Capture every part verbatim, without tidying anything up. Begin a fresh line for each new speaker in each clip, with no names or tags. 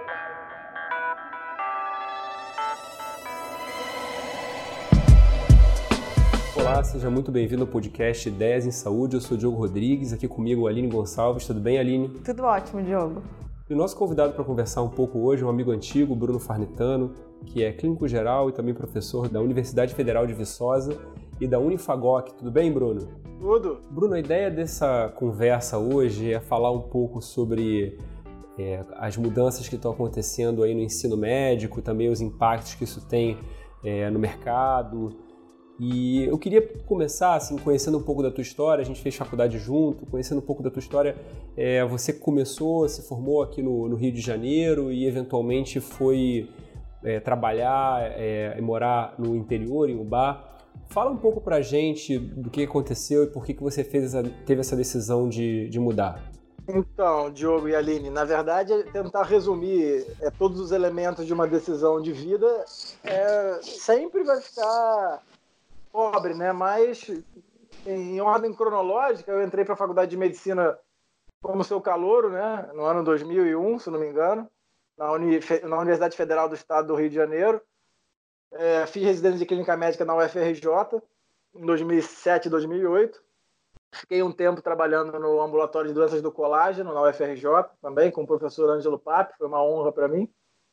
Olá, seja muito bem-vindo ao podcast Ideias em Saúde. Eu sou o Diogo Rodrigues, aqui comigo a Aline Gonçalves. Tudo bem, Aline?
Tudo ótimo, Diogo.
E o nosso convidado para conversar um pouco hoje é um amigo antigo, Bruno Farnetano, que é clínico geral e também professor da Universidade Federal de Viçosa e da Unifagoc. Tudo bem, Bruno?
Tudo.
Bruno, a ideia dessa conversa hoje é falar um pouco sobre é, as mudanças que estão acontecendo aí no ensino médico, também os impactos que isso tem é, no mercado. E eu queria começar assim, conhecendo um pouco da tua história. A gente fez faculdade junto, conhecendo um pouco da tua história. É, você começou, se formou aqui no, no Rio de Janeiro e eventualmente foi é, trabalhar é, e morar no interior, em Ubá. Fala um pouco pra gente do que aconteceu e por que, que você fez essa, teve essa decisão de, de mudar.
Então, Diogo e Aline, na verdade, tentar resumir é, todos os elementos de uma decisão de vida é, sempre vai ficar pobre, né? Mas, em ordem cronológica, eu entrei para a Faculdade de Medicina como seu calouro, né? No ano dois mil e um, se não me engano, na, Uni, na Universidade Federal do Estado do Rio de Janeiro. É, fiz residência de clínica médica na U F R J em dois mil e sete e dois mil e oito. Fiquei um tempo trabalhando no ambulatório de doenças do colágeno na U F R J, também com o professor Ângelo Pape, foi uma honra para mim.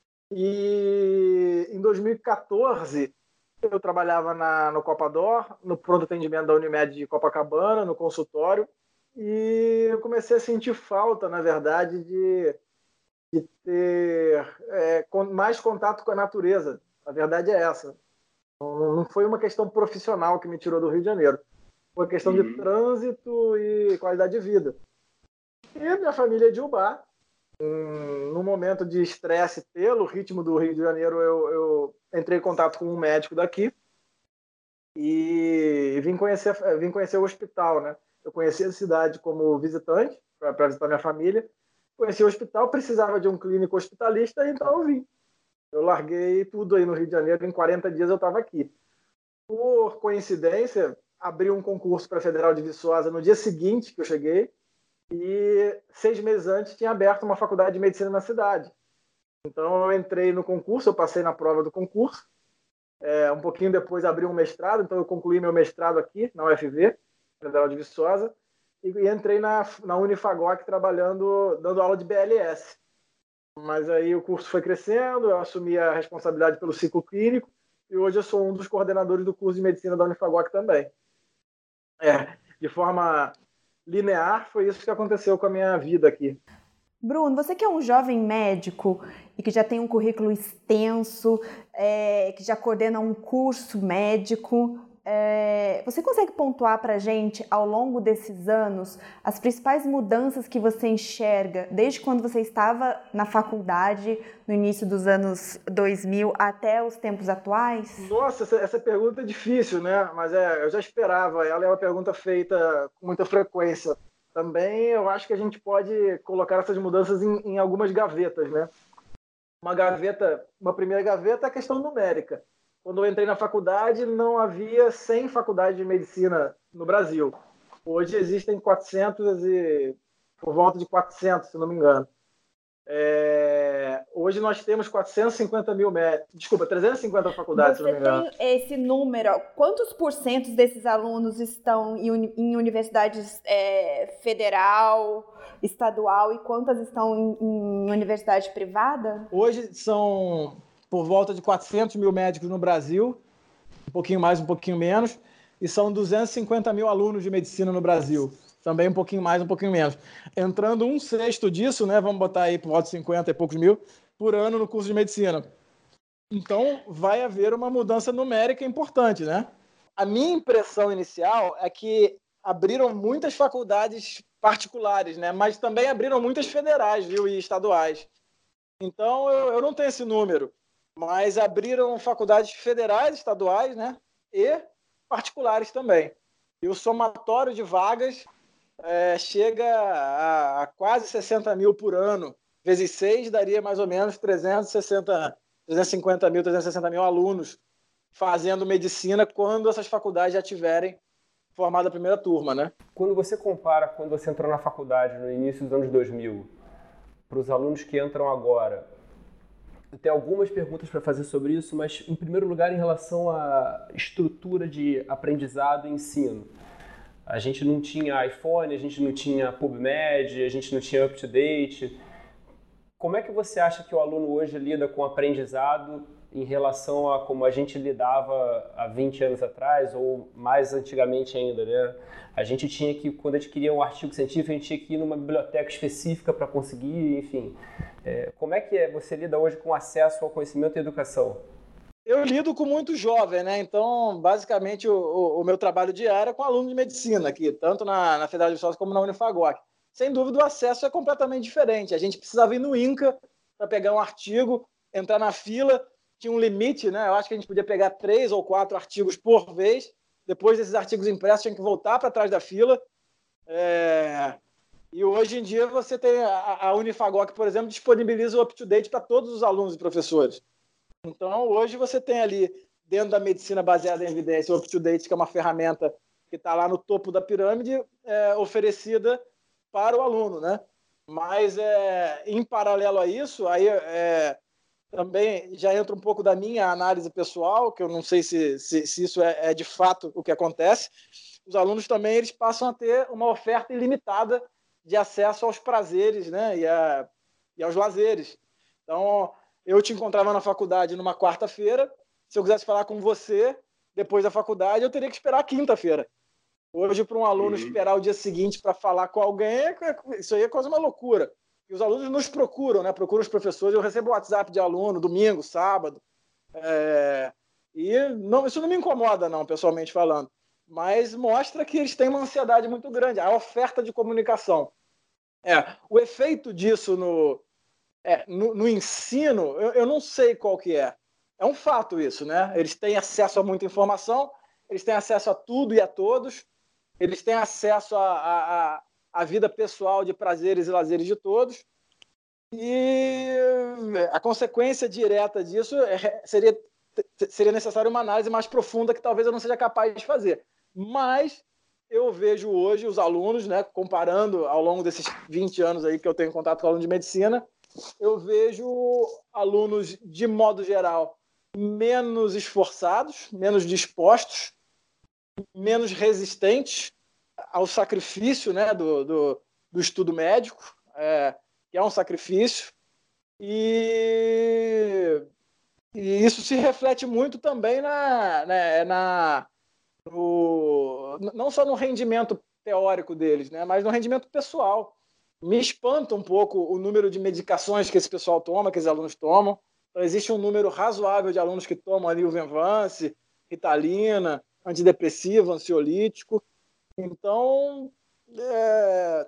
E em dois mil e quatorze eu trabalhava na, no Copador, no pronto atendimento da Unimed de Copacabana, no consultório, e eu comecei a sentir falta, na verdade, de, de ter é, mais contato com a natureza. A verdade é essa. Não, não foi uma questão profissional que me tirou do Rio de Janeiro. Foi questão de trânsito e qualidade de vida. E a minha família é de Ubá. Hum, no momento de estresse pelo ritmo do Rio de Janeiro, eu, eu entrei em contato com um médico daqui e vim conhecer, vim conhecer o hospital, né? Eu conheci a cidade como visitante, para visitar minha família. Conheci o hospital, precisava de um clínico hospitalista, então eu vim. Eu larguei tudo aí no Rio de Janeiro, em quarenta dias eu estava aqui. Por coincidência, abri um concurso para a Federal de Viçosa no dia seguinte que eu cheguei, e seis meses antes tinha aberto uma faculdade de medicina na cidade. Então eu entrei no concurso, eu passei na prova do concurso, é, um pouquinho depois abri um mestrado, então eu concluí meu mestrado aqui na U F V, Federal de Viçosa, e, e entrei na, na Unifagoc trabalhando, dando aula de B L S. Mas aí o curso foi crescendo, eu assumi a responsabilidade pelo ciclo clínico, e hoje eu sou um dos coordenadores do curso de medicina da Unifagoc também. É, de forma linear, foi isso que aconteceu com a minha vida aqui.
Bruno, você que é um jovem médico e que já tem um currículo extenso, é, que já coordena um curso médico, é, você consegue pontuar para a gente, ao longo desses anos, as principais mudanças que você enxerga desde quando você estava na faculdade, no início dos anos dois mil, até os tempos atuais?
Nossa, essa, essa pergunta é difícil, né? Mas é, eu já esperava. Ela é uma pergunta feita com muita frequência. Também eu acho que a gente pode colocar essas mudanças em, em algumas gavetas, né? Uma gaveta, uma primeira gaveta é a questão numérica. Quando eu entrei na faculdade, não havia cem faculdades de medicina no Brasil. Hoje existem quatrocentos e por volta de quatrocentos, se não me engano. É, hoje nós temos quatrocentos e cinquenta mil médicos, desculpa, trezentas e cinquenta faculdades,
Você
se não me engano.
Você tem esse número, quantos por cento desses alunos estão em, uni, em universidades é, federal, estadual, e quantas estão em, em universidade privada?
Hoje são por volta de quatrocentos mil médicos no Brasil, um pouquinho mais, um pouquinho menos, e são duzentos e cinquenta mil alunos de medicina no Brasil. Também um pouquinho mais, um pouquinho menos. Entrando um sexto disso, né, vamos botar aí por volta de cinquenta e poucos mil, por ano no curso de medicina. Então, vai haver uma mudança numérica importante, né? A minha impressão inicial é que abriram muitas faculdades particulares, né, mas também abriram muitas federais, viu, e estaduais. Então, eu, eu não tenho esse número, mas abriram faculdades federais, estaduais, né, e particulares também. E o somatório de vagas É, chega a, a quase sessenta mil por ano, vezes seis, daria mais ou menos trezentos e sessenta, trezentos e cinquenta mil, trezentos e sessenta mil alunos fazendo medicina quando essas faculdades já tiverem formado a primeira turma, né?
Quando você compara quando você entrou na faculdade no início dos anos dois mil para os alunos que entram agora, eu tenho algumas perguntas para fazer sobre isso, mas em primeiro lugar em relação à estrutura de aprendizado e ensino. A gente não tinha iPhone, a gente não tinha PubMed, a gente não tinha UpToDate. Como é que você acha que o aluno hoje lida com o aprendizado em relação a como a gente lidava há vinte anos atrás, ou mais antigamente ainda, né? A gente tinha que, quando a gente queria um artigo científico, a gente tinha que ir numa biblioteca específica para conseguir, enfim. É, como é que é, você lida hoje com acesso ao conhecimento e educação?
Eu lido com muito jovem, né? Então, basicamente, o, o, o meu trabalho diário é com aluno de medicina aqui, tanto na, na Federal de Viçosa como na Unifagoc. Sem dúvida, o acesso é completamente diferente. A gente precisava ir no INCA para pegar um artigo, entrar na fila, tinha um limite, né? Eu acho que a gente podia pegar três ou quatro artigos por vez. Depois desses artigos impressos, tinha que voltar para trás da fila. É... E hoje em dia você tem a, a Unifagoc, por exemplo, disponibiliza o UpToDate para todos os alunos e professores. Então, hoje você tem ali, dentro da medicina baseada em evidência, o UpToDate, que é uma ferramenta que está lá no topo da pirâmide, é, oferecida para o aluno, né? Mas, é, em paralelo a isso, aí é, também já entra um pouco da minha análise pessoal, que eu não sei se, se, se isso é, é de fato o que acontece. Os alunos também eles passam a ter uma oferta ilimitada de acesso aos prazeres, né? e, a, e aos lazeres. Então, eu te encontrava na faculdade numa quarta-feira, se eu quisesse falar com você depois da faculdade, eu teria que esperar a quinta-feira. Hoje, para um aluno uhum. esperar o dia seguinte para falar com alguém, isso aí é quase uma loucura. E os alunos nos procuram, né? Procuram os professores. Eu recebo WhatsApp de aluno, domingo, sábado. É... E não, isso não me incomoda, não, pessoalmente falando. Mas mostra que eles têm uma ansiedade muito grande. A oferta de comunicação. É, o efeito disso no, é, no, no ensino, eu, eu não sei qual que é. É um fato isso, né? Eles têm acesso a muita informação, eles têm acesso a tudo e a todos, eles têm acesso à a, a, a vida pessoal de prazeres e lazeres de todos, e a consequência direta disso é, seria, seria necessário uma análise mais profunda que talvez eu não seja capaz de fazer. Mas eu vejo hoje os alunos, né, comparando ao longo desses vinte anos aí que eu tenho contato com aluno de medicina, eu vejo alunos, de modo geral, menos esforçados, menos dispostos, menos resistentes ao sacrifício, né, do, do, do estudo médico, é, que é um sacrifício, e, e isso se reflete muito também na, né, na, no, não só no rendimento teórico deles, né, mas no rendimento pessoal. Me espanta um pouco o número de medicações que esse pessoal toma, que os alunos tomam. Então, existe um número razoável de alunos que tomam ali o Venvance, Ritalina, antidepressivo, ansiolítico. Então, é,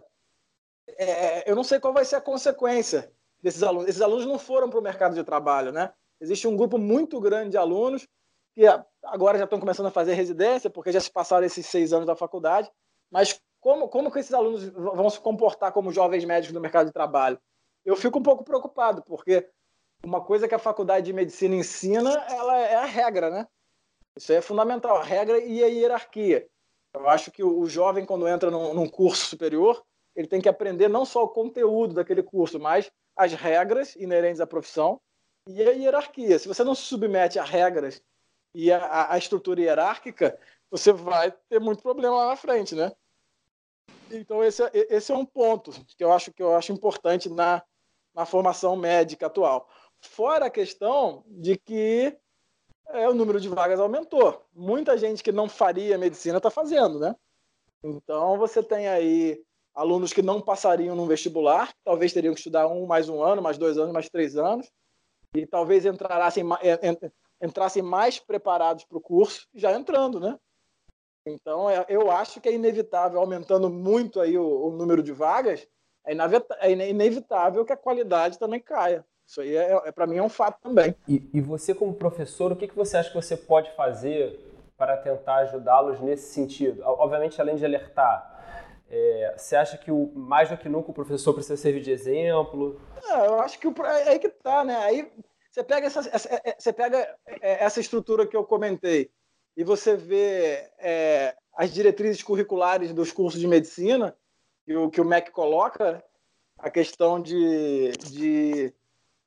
é, eu não sei qual vai ser a consequência desses alunos. Esses alunos não foram para o mercado de trabalho, né? Existe um grupo muito grande de alunos que agora já estão começando a fazer residência, porque já se passaram esses seis anos da faculdade, mas como, como que esses alunos vão se comportar como jovens médicos no mercado de trabalho? Eu fico um pouco preocupado, porque uma coisa que a faculdade de medicina ensina, ela é a regra, né? Isso é fundamental, a regra e a hierarquia. Eu acho que o jovem, quando entra num, num curso superior, ele tem que aprender não só o conteúdo daquele curso, mas as regras inerentes à profissão e a hierarquia. Se você não se submete a regras e a, a estrutura hierárquica, você vai ter muito problema lá na frente, né? Então, esse, esse é um ponto que eu acho, que eu acho importante na, na formação médica atual. Fora a questão de que é, o número de vagas aumentou. Muita gente que não faria medicina está fazendo, né? Então, você tem aí alunos que não passariam num vestibular, talvez teriam que estudar um, mais um ano, mais dois anos, mais três anos, e talvez entrassem, entrassem mais preparados para o curso, já entrando, né? Então, eu acho que é inevitável, aumentando muito aí o, o número de vagas, é inevitável que a qualidade também caia. Isso aí, é, é, para mim, é um fato também.
E, e você, como professor, o que, que você acha que você pode fazer para tentar ajudá-los nesse sentido? Obviamente, além de alertar, é, você acha que o, mais do que nunca o professor precisa servir de exemplo?
É, eu acho que o, é aí que tá, né? Aí você pega essa, essa, você pega essa estrutura que eu comentei, e você vê é, as diretrizes curriculares dos cursos de medicina, que o, que o M E C coloca, a questão de, de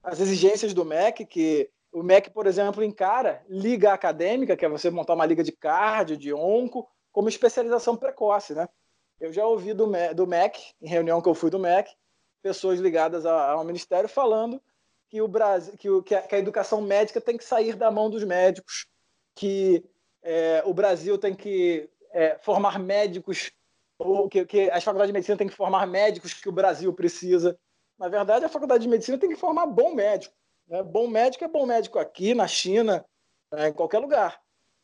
as exigências do M E C, que o M E C, por exemplo, encara liga acadêmica, que é você montar uma liga de cardio, de onco, como especialização precoce, né? Eu já ouvi do, do M E C, em reunião que eu fui do M E C, pessoas ligadas ao Ministério falando que, o Brasil, que, o, que, a, que a educação médica tem que sair da mão dos médicos, que é, o Brasil tem que é, formar médicos, ou que, que as faculdades de medicina têm que formar médicos que o Brasil precisa. Na verdade, a faculdade de medicina tem que formar bom médico. Né? Bom médico é bom médico aqui, na China, né, em qualquer lugar.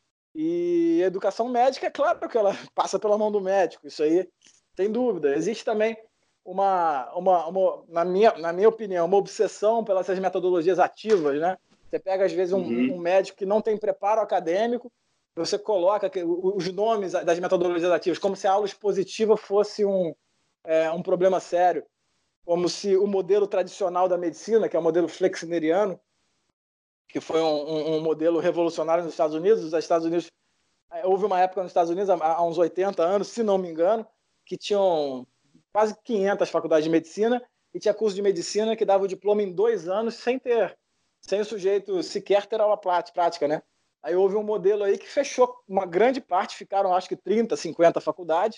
E a educação médica, é claro que ela passa pela mão do médico, isso aí, sem dúvida. Existe também uma, uma, uma na, minha, na minha opinião, uma obsessão pelas metodologias ativas, né? Você pega, às vezes, um, uhum. um médico que não tem preparo acadêmico, você coloca os nomes das metodologias ativas, como se a aula expositiva fosse um, é, um problema sério, como se o modelo tradicional da medicina, que é o modelo flexneriano, que foi um, um, um modelo revolucionário nos Estados Unidos. Os Estados Unidos, houve uma época nos Estados Unidos, há, há uns oitenta anos, se não me engano, que tinham quase quinhentas faculdades de medicina e tinha curso de medicina que dava o diploma em dois anos sem ter, sem o sujeito sequer ter aula prática, né? Aí houve um modelo aí que fechou uma grande parte, ficaram acho que trinta, cinquenta faculdades,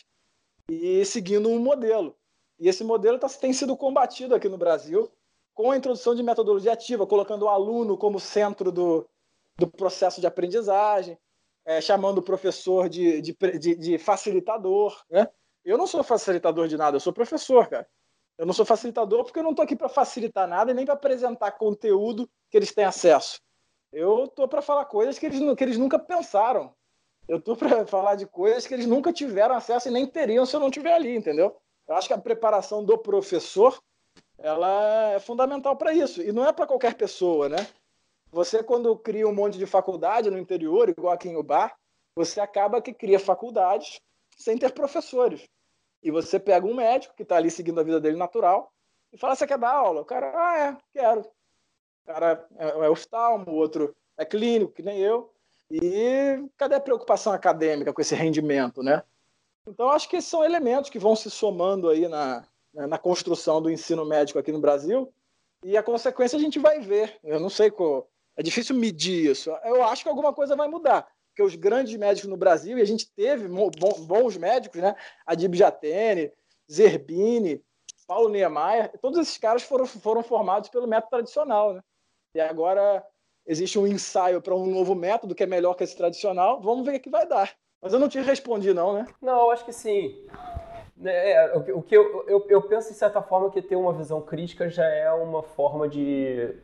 e seguindo um modelo. E esse modelo tá, tem sido combatido aqui no Brasil com a introdução de metodologia ativa, colocando o aluno como centro do, do processo de aprendizagem, é, chamando o professor de, de, de, de facilitador, né? Eu não sou facilitador de nada, eu sou professor, cara. Eu não sou facilitador porque eu não estou aqui para facilitar nada e nem para apresentar conteúdo que eles têm acesso. Eu estou para falar coisas que eles, que eles nunca pensaram. Eu estou para falar de coisas que eles nunca tiveram acesso e nem teriam se eu não estiver ali, entendeu? Eu acho que a preparação do professor ela é fundamental para isso. E não é para qualquer pessoa, né? Você, quando cria um monte de faculdade no interior, igual aqui em Ubá, você acaba que cria faculdades sem ter professores. E você pega um médico que está ali seguindo a vida dele natural e fala, você quer dar aula? O cara, ah, é, quero. O cara é oftalmo, o outro é clínico, que nem eu. E cadê a preocupação acadêmica com esse rendimento, né? Então, acho que esses são elementos que vão se somando aí na, na construção do ensino médico aqui no Brasil. E a consequência a gente vai ver. Eu não sei qual... É difícil medir isso. Eu acho que alguma coisa vai mudar. Porque os grandes médicos no Brasil, e a gente teve bons médicos, né? Adib Jatene, Zerbini, Paulo Niemeyer, todos esses caras foram, foram formados pelo método tradicional, né? E agora existe um ensaio para um novo método que é melhor que esse tradicional. Vamos ver o que vai dar. Mas eu não te respondi, não, né?
Não, eu acho que sim. É, o que eu, eu, eu penso, de certa forma, que ter uma visão crítica já é uma forma de,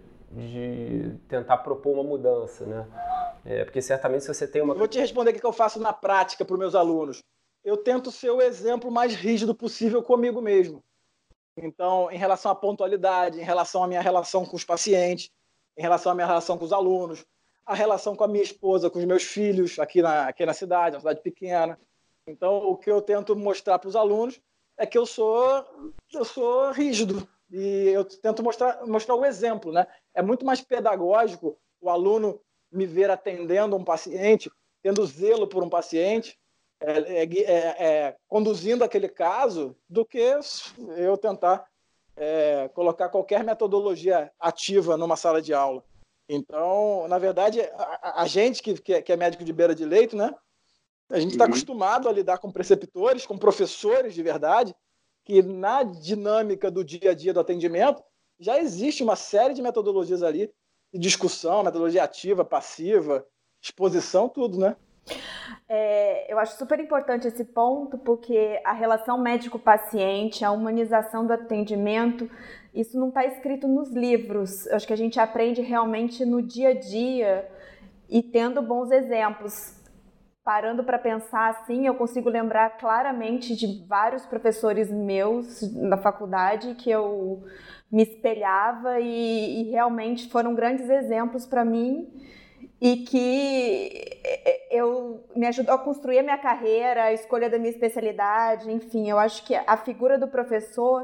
de tentar propor uma mudança, né? É, porque certamente se você tem uma...
Eu vou te responder o que eu faço na prática para os meus alunos. Eu tento ser o exemplo mais rígido possível comigo mesmo. Então, em relação à pontualidade, em relação à minha relação com os pacientes, em relação à minha relação com os alunos, a relação com a minha esposa, com os meus filhos aqui na, aqui na cidade, uma cidade pequena. Então, o que eu tento mostrar para os alunos é que eu sou, eu sou rígido e eu tento mostrar, mostrar o exemplo, né? É muito mais pedagógico o aluno me ver atendendo um paciente, tendo zelo por um paciente, é, é, é, conduzindo aquele caso, do que eu tentar é, colocar qualquer metodologia ativa numa sala de aula. Então, na verdade, a, a gente que, que é médico de beira de leito, né? A gente está uhum. acostumado a lidar com preceptores, com professores de verdade, que na dinâmica do dia a dia do atendimento já existe uma série de metodologias ali, de discussão, metodologia ativa, passiva, exposição, tudo, né?
É, eu acho super importante esse ponto, porque a relação médico-paciente, a humanização do atendimento, isso não está escrito nos livros. Eu acho que a gente aprende realmente no dia a dia e tendo bons exemplos. Parando para pensar assim, eu consigo lembrar claramente de vários professores meus na faculdade que eu me espelhava e, e realmente foram grandes exemplos para mim e que eu, me ajudou a construir a minha carreira, a escolha da minha especialidade, enfim, eu acho que a figura do professor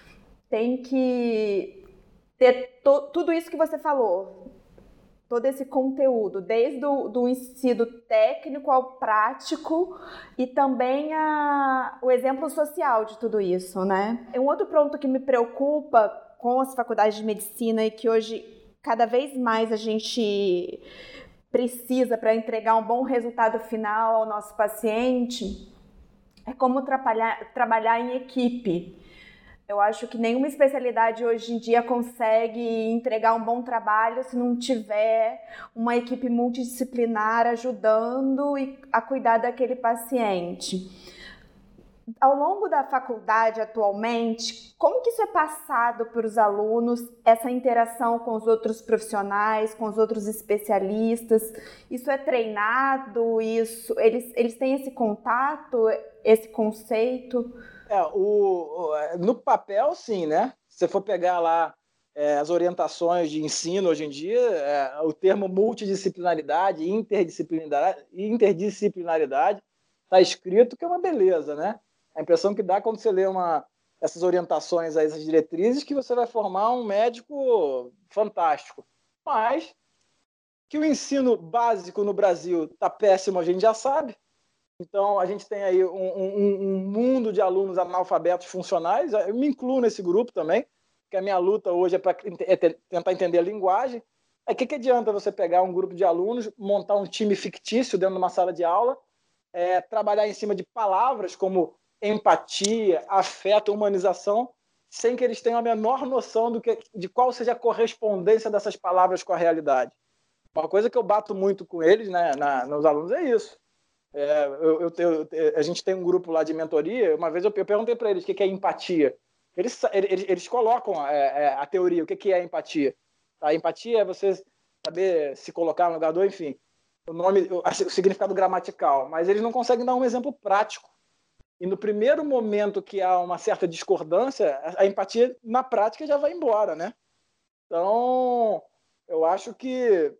tem que ter to, tudo isso que você falou, todo esse conteúdo, desde o do ensino técnico ao prático e também a, o exemplo social de tudo isso, né? Um outro ponto que me preocupa com as faculdades de medicina e que hoje cada vez mais a gente precisa para entregar um bom resultado final ao nosso paciente é como trabalhar, trabalhar em equipe. Eu acho que nenhuma especialidade hoje em dia consegue entregar um bom trabalho se não tiver uma equipe multidisciplinar ajudando a cuidar daquele paciente. Ao longo da faculdade atualmente, como que isso é passado para os alunos, essa interação com os outros profissionais, com os outros especialistas? Isso é treinado? Isso, eles, eles têm esse contato, esse conceito?
É, o, o, no papel, sim, né? Se você for pegar lá é, as orientações de ensino hoje em dia, é, o termo multidisciplinaridade, interdisciplinaridade, interdisciplinaridade está escrito que é uma beleza, né? A impressão que dá quando você lê uma, essas orientações, essas diretrizes, que você vai formar um médico fantástico. Mas que o ensino básico no Brasil está péssimo, a gente já sabe. Então, a gente tem aí um, um, um mundo de alunos analfabetos funcionais. Eu me incluo nesse grupo também, porque a minha luta hoje é para é tentar entender a linguagem. Aí, o que, que adianta você pegar um grupo de alunos, montar um time fictício dentro de uma sala de aula, é, trabalhar em cima de palavras como empatia, afeto, humanização, sem que eles tenham a menor noção do que, de qual seja a correspondência dessas palavras com a realidade. Uma coisa que eu bato muito com eles, né, na, nos alunos, é isso. É, eu, eu, eu, a gente tem um grupo lá de mentoria. Uma vez eu, eu perguntei para eles o que, que é empatia. Eles, eles, eles colocam é, a teoria, o que, que é empatia. A empatia é você saber se colocar no lugar do, enfim, o nome, o significado gramatical, mas eles não conseguem dar um exemplo prático. E no primeiro momento que há uma certa discordância, a empatia, na prática, já vai embora, né? Então, eu acho que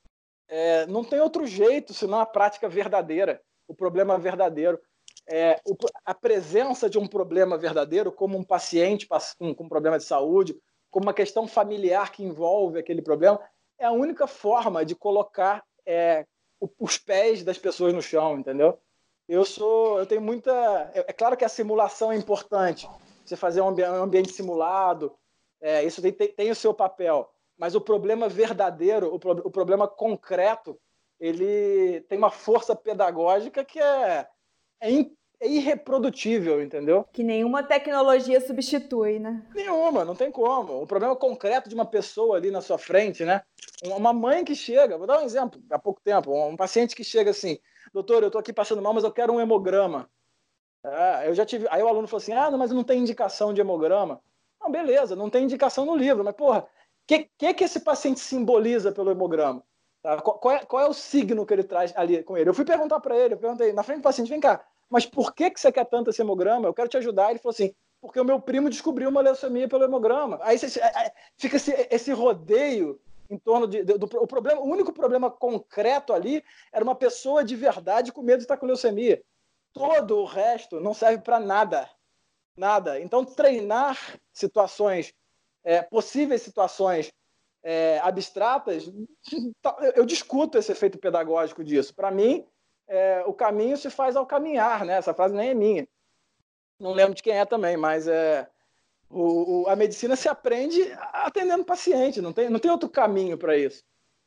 é, não tem outro jeito senão a prática verdadeira, o problema verdadeiro. É, o, a presença de um problema verdadeiro, como um paciente com, com problema de saúde, como uma questão familiar que envolve aquele problema, é a única forma de colocar é, os pés das pessoas no chão, entendeu? Eu sou, eu tenho muita... É, é claro que a simulação é importante, você fazer um, ambi um ambiente simulado, é, isso tem, tem, tem o seu papel, mas o problema verdadeiro, o, pro, o problema concreto, ele tem uma força pedagógica que é, é, in, é irreprodutível, entendeu?
Que nenhuma tecnologia substitui, né?
Nenhuma, não tem como. O problema concreto de uma pessoa ali na sua frente, né? Uma mãe que chega, vou dar um exemplo, há pouco tempo, um paciente que chega assim, doutor, eu estou aqui passando mal, mas eu quero um hemograma. É, eu já tive... Aí o aluno falou assim, ah, mas não tem indicação de hemograma. Não, beleza, não tem indicação no livro, mas, porra, o que, que que esse paciente simboliza pelo hemograma? Tá? Qual, qual, é, qual é o signo que ele traz ali com ele? Eu fui perguntar para ele, eu perguntei, na frente do paciente, vem cá, mas por que, que você quer tanto esse hemograma? Eu quero te ajudar. Ele falou assim, porque o meu primo descobriu uma leucemia pelo hemograma. Aí você, fica esse, esse rodeio em torno de, do, do o problema. O único problema concreto ali era uma pessoa de verdade com medo de estar com leucemia. Todo o resto não serve para nada. Nada. Então, treinar situações, é, possíveis situações é, abstratas, eu, eu discuto esse efeito pedagógico disso. Para mim, é, o caminho se faz ao caminhar, né? Essa frase nem é minha. Não lembro de quem é também, mas é, o, o, a medicina se aprende atendendo paciente, não tem, não tem outro caminho para isso.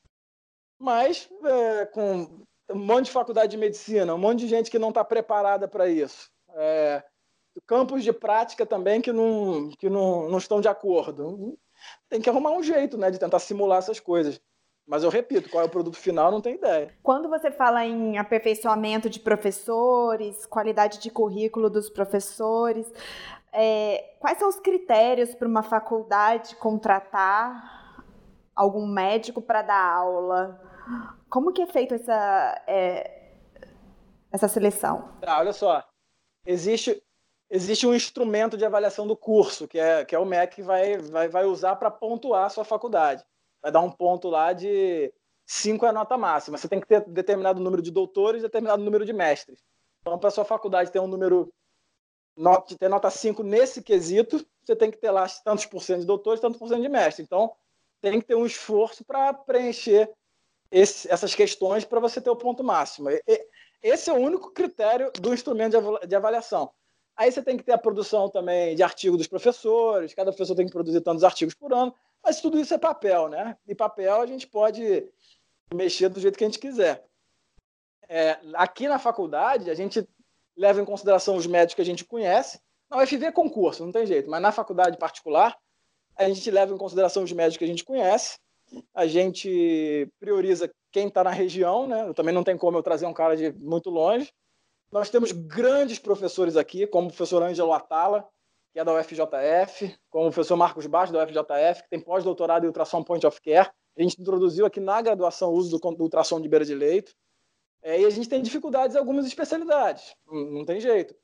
Mas, é, com um monte de faculdade de medicina, um monte de gente que não está preparada para isso, é, campos de prática também que, não, que não, não estão de acordo. Tem que arrumar um jeito, né, de tentar simular essas coisas. Mas eu repito, qual é o produto final, não tenho ideia.
Quando você fala em aperfeiçoamento de professores, qualidade de currículo dos professores, é, quais são os critérios para uma faculdade contratar algum médico para dar aula? Como que é feita essa, é, essa seleção?
Tá, olha só, existe, existe um instrumento de avaliação do curso, que é, que é o M E C que vai, vai, vai usar para pontuar a sua faculdade. Vai dar um ponto lá de cinco é a nota máxima. Você tem que ter determinado número de doutores e determinado número de mestres. Então, para a sua faculdade ter um número, ter nota cinco nesse quesito, você tem que ter lá tantos por cento de doutores, tantos por cento de mestres. Então, tem que ter um esforço para preencher esse, essas questões para você ter o ponto máximo. Esse é o único critério do instrumento de avaliação. Aí você tem que ter a produção também de artigos dos professores, cada professor tem que produzir tantos artigos por ano, mas tudo isso é papel, né? E papel a gente pode mexer do jeito que a gente quiser. É, aqui na faculdade, a gente leva em consideração os médicos que a gente conhece. Na U F V é concurso, não tem jeito, mas na faculdade particular, a gente leva em consideração os médicos que a gente conhece, a gente prioriza quem está na região, né? Eu também não tem como eu trazer um cara de muito longe. Nós temos grandes professores aqui, como o professor Ângelo Atala, que é da U F J F, como o professor Marcos Baixo, da U F J F, que tem pós-doutorado em ultrassom point of care. A gente introduziu aqui na graduação o uso do, do ultrassom de beira de leito. É, e a gente tem dificuldades em algumas especialidades, não, não tem jeito.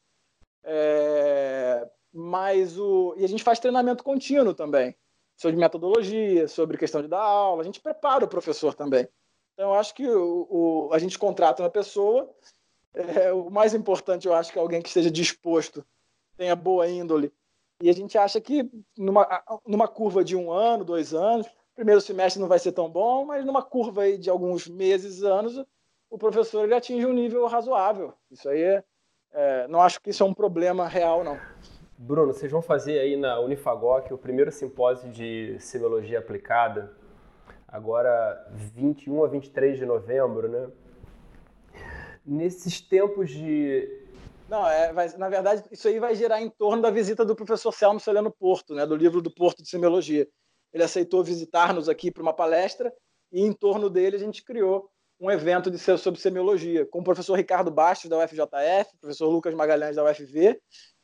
É, mas o, e a gente faz treinamento contínuo também, sobre metodologia, sobre questão de dar aula, a gente prepara o professor também. Então, eu acho que o, o, a gente contrata uma pessoa, é, o mais importante, eu acho que é alguém que esteja disposto, tenha boa índole, e a gente acha que numa, numa curva de um ano, dois anos, primeiro semestre não vai ser tão bom, mas numa curva aí de alguns meses, anos, o professor ele atinge um nível razoável. Isso aí, é, é, não acho que isso é um problema real, não.
Bruno, vocês vão fazer aí na Unifagoc o primeiro simpósio de semiologia aplicada, agora vinte e um a vinte e três de novembro, né? Nesses tempos de...
Não, é, vai, na verdade, isso aí vai girar em torno da visita do professor Selmo Celeno Porto, né, do livro do Porto de Semiologia. Ele aceitou visitar-nos aqui para uma palestra e em torno dele a gente criou um evento de, sobre semiologia, com o professor Ricardo Bastos, da U F J F, o professor Lucas Magalhães, da U F V,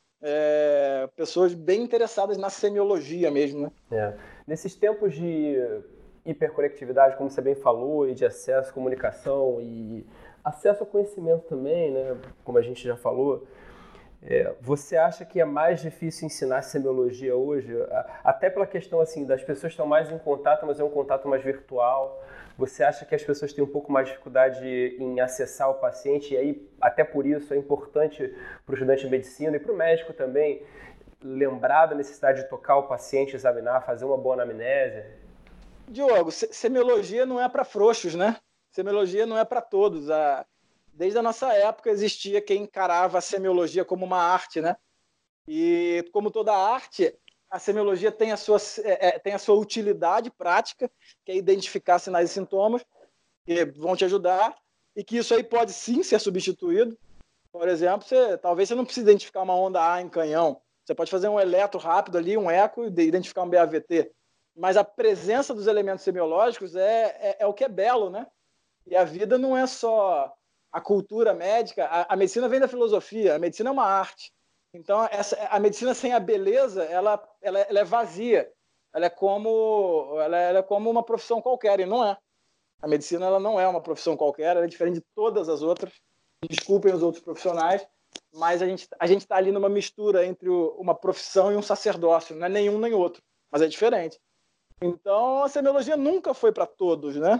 é, pessoas bem interessadas na semiologia mesmo, né?
É. Nesses tempos de hiperconectividade, como você bem falou, e de acesso à comunicação e acesso ao conhecimento também, né? Como a gente já falou, é, você acha que é mais difícil ensinar semiologia hoje? Até pela questão assim, das pessoas estão mais em contato, mas é um contato mais virtual. Você acha que as pessoas têm um pouco mais de dificuldade em acessar o paciente e aí, até por isso, é importante para o estudante de medicina e para o médico também lembrar da necessidade de tocar o paciente, examinar, fazer uma boa anamnese?
Diogo, semiologia não é para frouxos, né? Semiologia não é para todos. A... Desde a nossa época existia quem encarava a semiologia como uma arte, né? E como toda arte, a semiologia tem a sua, é, tem a sua utilidade prática, que é identificar sinais e sintomas que vão te ajudar, e que isso aí pode sim ser substituído. Por exemplo, você, talvez você não precise identificar uma onda A em canhão. Você pode fazer um eletro rápido ali, um eco, e identificar um B A V T. Mas a presença dos elementos semiológicos é, é, é o que é belo, né? E a vida não é só a cultura médica. A, a medicina vem da filosofia, a medicina é uma arte. Então, essa, a medicina sem a beleza, ela, ela, ela é vazia. Ela é, como, ela, ela é como uma profissão qualquer, e não é. A medicina ela não é uma profissão qualquer, ela é diferente de todas as outras. Desculpem os outros profissionais, mas a gente a gente está ali numa mistura entre o, uma profissão e um sacerdócio. Não é nenhum nem outro, mas é diferente. Então, a semiologia nunca foi para todos, né?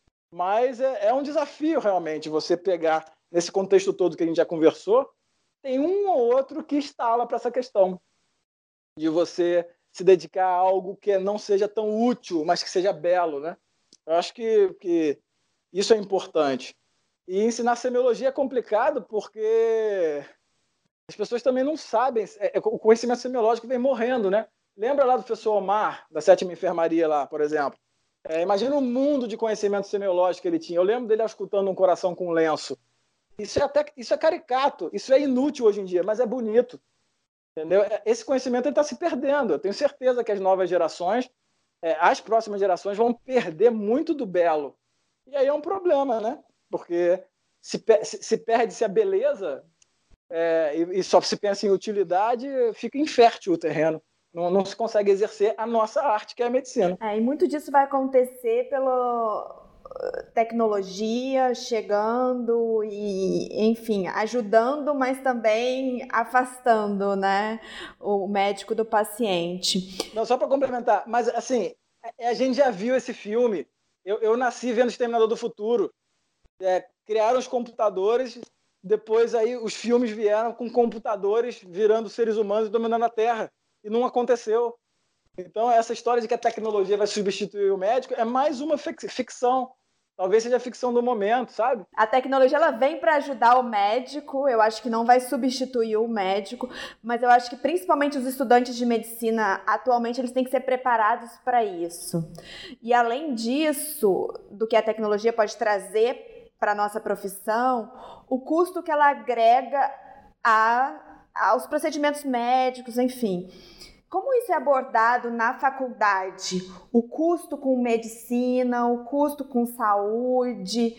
Mas é, é um desafio, realmente, você pegar, nesse contexto todo que a gente já conversou, tem um ou outro que instala para essa questão de você se dedicar a algo que não seja tão útil, mas que seja belo, né? Eu acho que, que isso é importante. E ensinar semiologia é complicado porque as pessoas também não sabem. É, o conhecimento semiológico vem morrendo, né? Lembra lá do professor Omar, da sétima enfermaria lá, por exemplo? É, imagina o mundo de conhecimento semiológico que ele tinha. Eu lembro dele auscultando um coração com um lenço. Isso é, até, isso é caricato, isso é inútil hoje em dia, mas é bonito. Entendeu? Esse conhecimento está se perdendo. Eu tenho certeza que as novas gerações, é, as próximas gerações, vão perder muito do belo. E aí é um problema, né? Porque se, se, se perde-se a beleza é, e, e só se pensa em utilidade, fica infértil o terreno. Não, não se consegue exercer a nossa arte, que é a medicina.
É, e muito disso vai acontecer pela tecnologia chegando e, enfim, ajudando, mas também afastando, né, o médico do paciente.
Não, só para complementar, mas assim, a gente já viu esse filme. Eu, eu nasci vendo Exterminador do Futuro. É, criaram os computadores, depois aí os filmes vieram com computadores virando seres humanos e dominando a Terra. E não aconteceu. Então, essa história de que a tecnologia vai substituir o médico é mais uma ficção. talvez seja a ficção do momento, sabe?
A tecnologia ela vem para ajudar o médico, eu acho que não vai substituir o médico, mas eu acho que principalmente os estudantes de medicina atualmente eles têm que ser preparados para isso. E além disso, do que a tecnologia pode trazer para a nossa profissão, o custo que ela agrega a, aos procedimentos médicos, enfim. Como isso é abordado na faculdade? O custo com medicina, o custo com saúde,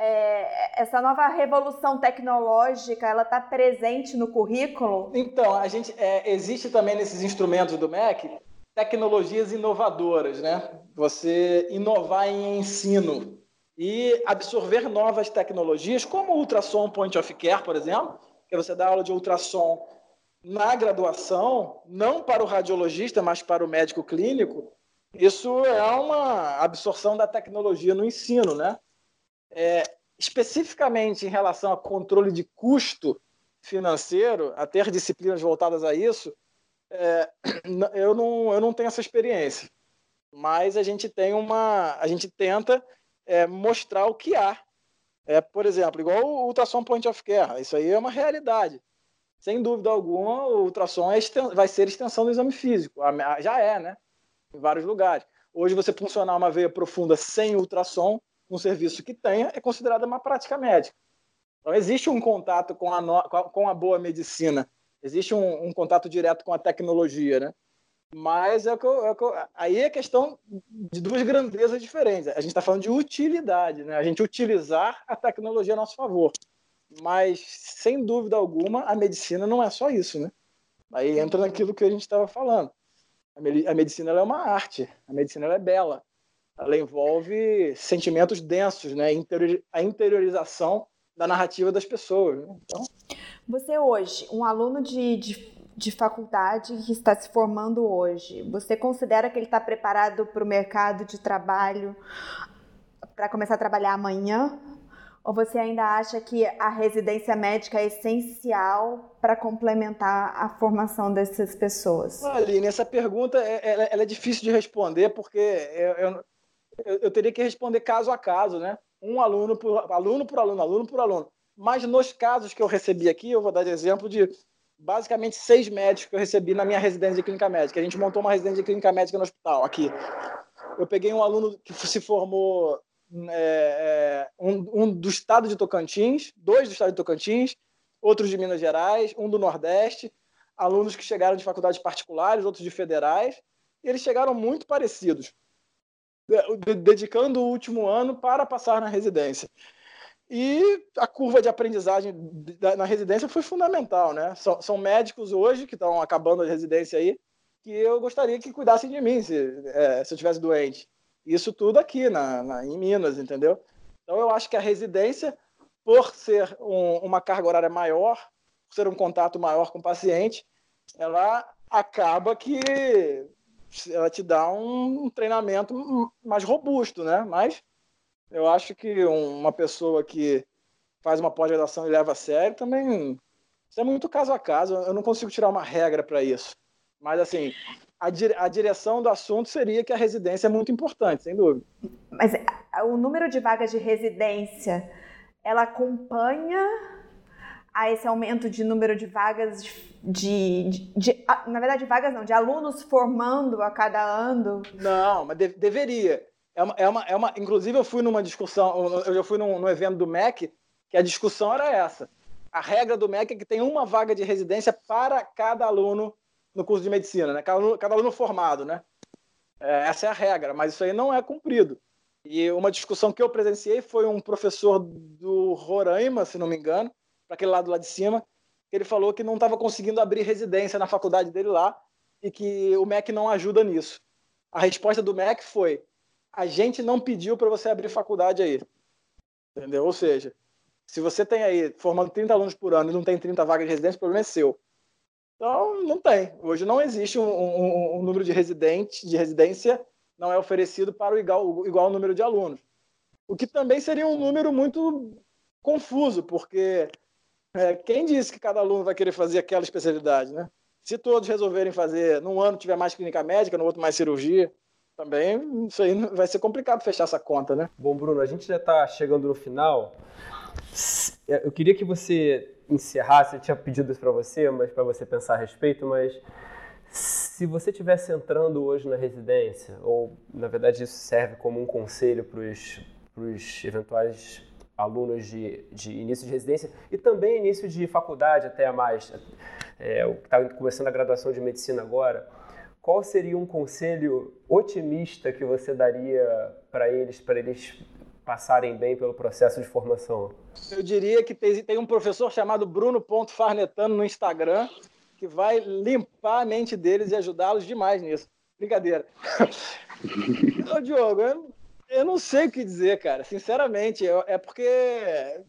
é, essa nova revolução tecnológica, ela está presente no currículo?
Então, a gente, é, existe também nesses instrumentos do M E C tecnologias inovadoras, né? Você inovar em ensino e absorver novas tecnologias, como o ultrassom point of care, por exemplo, que você dá aula de ultrassom na graduação, não para o radiologista, mas para o médico clínico. Isso é uma absorção da tecnologia no ensino, né? É, especificamente em relação a controle de custo financeiro, a ter disciplinas voltadas a isso, é, eu, não, eu não tenho essa experiência. Mas a gente tem uma, a gente tenta é, mostrar o que há. É, por exemplo, igual o ultrassom point of care, isso aí é uma realidade. Sem dúvida alguma, o ultrassom é exten- vai ser extensão do exame físico. Já é, né? Em vários lugares. Hoje, você funcionar uma veia profunda sem ultrassom, um serviço que tenha, é considerada uma prática médica. Então, existe um contato com a, no... com a boa medicina. Existe um, um contato direto com a tecnologia, né? Mas é que eu, é que eu... aí é questão de duas grandezas diferentes. A gente está falando de utilidade, né? A gente utilizar a tecnologia a nosso favor. Mas, sem dúvida alguma, a medicina não é só isso, né? Aí entra naquilo que a gente estava falando. A medicina ela é uma arte, a medicina ela é bela. Ela envolve sentimentos densos, né? A interiorização da narrativa das pessoas. Né? Então...
Você hoje, um aluno de, de, de faculdade que está se formando hoje, você considera que ele está preparado para o mercado de trabalho, para começar a trabalhar amanhã? Ou você ainda acha que a residência médica é essencial para complementar a formação dessas pessoas?
Aline, essa pergunta ela, ela é difícil de responder, porque eu, eu, eu teria que responder caso a caso, né? Um aluno por aluno, por aluno, aluno por aluno. Mas nos casos que eu recebi aqui, eu vou dar de exemplo de basicamente seis médicos que eu recebi na minha residência de clínica médica. A gente montou uma residência de clínica médica no hospital, aqui. Eu peguei um aluno que se formou... É, é, um, um do estado de Tocantins, dois do estado de Tocantins, outros de Minas Gerais, um do Nordeste, alunos que chegaram de faculdades particulares, outros de federais, e eles chegaram muito parecidos, dedicando o último ano para passar na residência. E a curva de aprendizagem na residência foi fundamental, né? São, são médicos hoje que estão acabando a residência aí, que eu gostaria que cuidassem de mim se, é, se eu estivesse doente. Isso tudo aqui na, na, em Minas, entendeu? Então, eu acho que a residência, por ser um, uma carga horária maior, por ser um contato maior com o paciente, ela acaba que ela te dá um, um treinamento mais robusto, né? Mas eu acho que uma pessoa que faz uma pós-graduação e leva a sério também... Isso é muito caso a caso, eu não consigo tirar uma regra para isso. Mas, assim... A, dire- a direção do assunto seria que a residência é muito importante, sem dúvida.
Mas o número de vagas de residência, ela acompanha a esse aumento de número de vagas de, de, de, de na verdade, vagas não, de alunos formando a cada ano?
Não, mas de- deveria. É uma, é uma, é uma, inclusive, eu fui numa discussão, eu já fui num, num evento do M E C, que a discussão era essa. A regra do M E C é que tem uma vaga de residência para cada aluno no curso de medicina, né? Cada aluno, cada aluno formado, né? É, essa é a regra, mas isso aí não é cumprido. E uma discussão que eu presenciei foi um professor do Roraima, se não me engano, para aquele lado lá de cima, que ele falou que não estava conseguindo abrir residência na faculdade dele lá e que o M E C não ajuda nisso. A resposta do M E C foi: a gente não pediu para você abrir faculdade aí. Entendeu? Ou seja, se você tem aí formando trinta alunos por ano e não tem trinta vagas de residência, o problema é seu. Então, não tem. Hoje não existe um, um, um número de residentes, de residência não é oferecido para o igual, igual número de alunos. O que também seria um número muito confuso, porque é, quem disse que cada aluno vai querer fazer aquela especialidade, né? Se todos resolverem fazer, num ano tiver mais clínica médica, no outro mais cirurgia. também isso aí vai ser complicado fechar essa conta, né?
Bom, Bruno, a gente já está chegando no final. Eu queria que você encerrasse, eu tinha pedido isso para você, mas para você pensar a respeito, mas se você estivesse entrando hoje na residência, ou na verdade isso serve como um conselho para os eventuais alunos de, de início de residência e também início de faculdade até a mais, é, o que está começando a graduação de medicina agora, qual seria um conselho otimista que você daria para eles, para eles passarem bem pelo processo de formação?
Eu diria que tem, tem um professor chamado Bruno Farnetano no Instagram que vai limpar a mente deles e ajudá-los demais nisso. Brincadeira. Ô, Diogo, eu, eu não sei o que dizer, cara. Sinceramente, eu, é porque... É,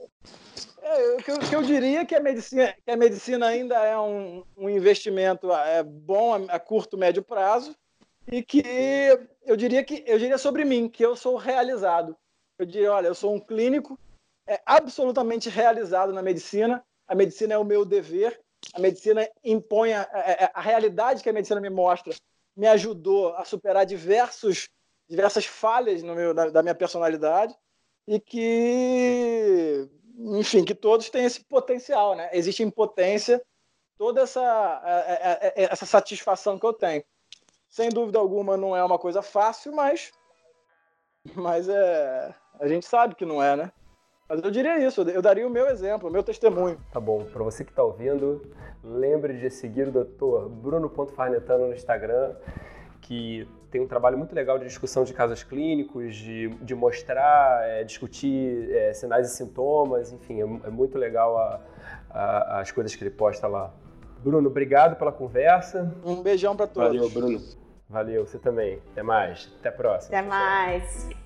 o que eu, que eu diria é que a medicina, que a medicina ainda é um, um investimento é, bom a, a curto, médio prazo e que eu diria, que eu diria sobre mim, que eu sou realizado. Eu diria, olha, eu sou um clínico é, absolutamente realizado na medicina, a medicina é o meu dever, a medicina impõe a, a, a realidade que a medicina me mostra, me ajudou a superar diversos, diversas falhas no meu, da, da minha personalidade e que, enfim, que todos têm esse potencial, né? Existe em potência toda essa, essa satisfação que eu tenho. Sem dúvida alguma não é uma coisa fácil, mas, mas é, a gente sabe que não é, né? Mas eu diria isso, eu daria o meu exemplo, o meu testemunho.
Tá bom, para você que está ouvindo, lembre de seguir o doutor Bruno Farnetano no Instagram, que tem um trabalho muito legal de discussão de casos clínicos, de, de mostrar, é, discutir é, sinais e sintomas, enfim, é, é muito legal a, a, as coisas que ele posta lá. Bruno, obrigado pela conversa.
Um beijão para todos.
Valeu, Bruno. Valeu, você também. Até mais. Até a próxima.
Até mais.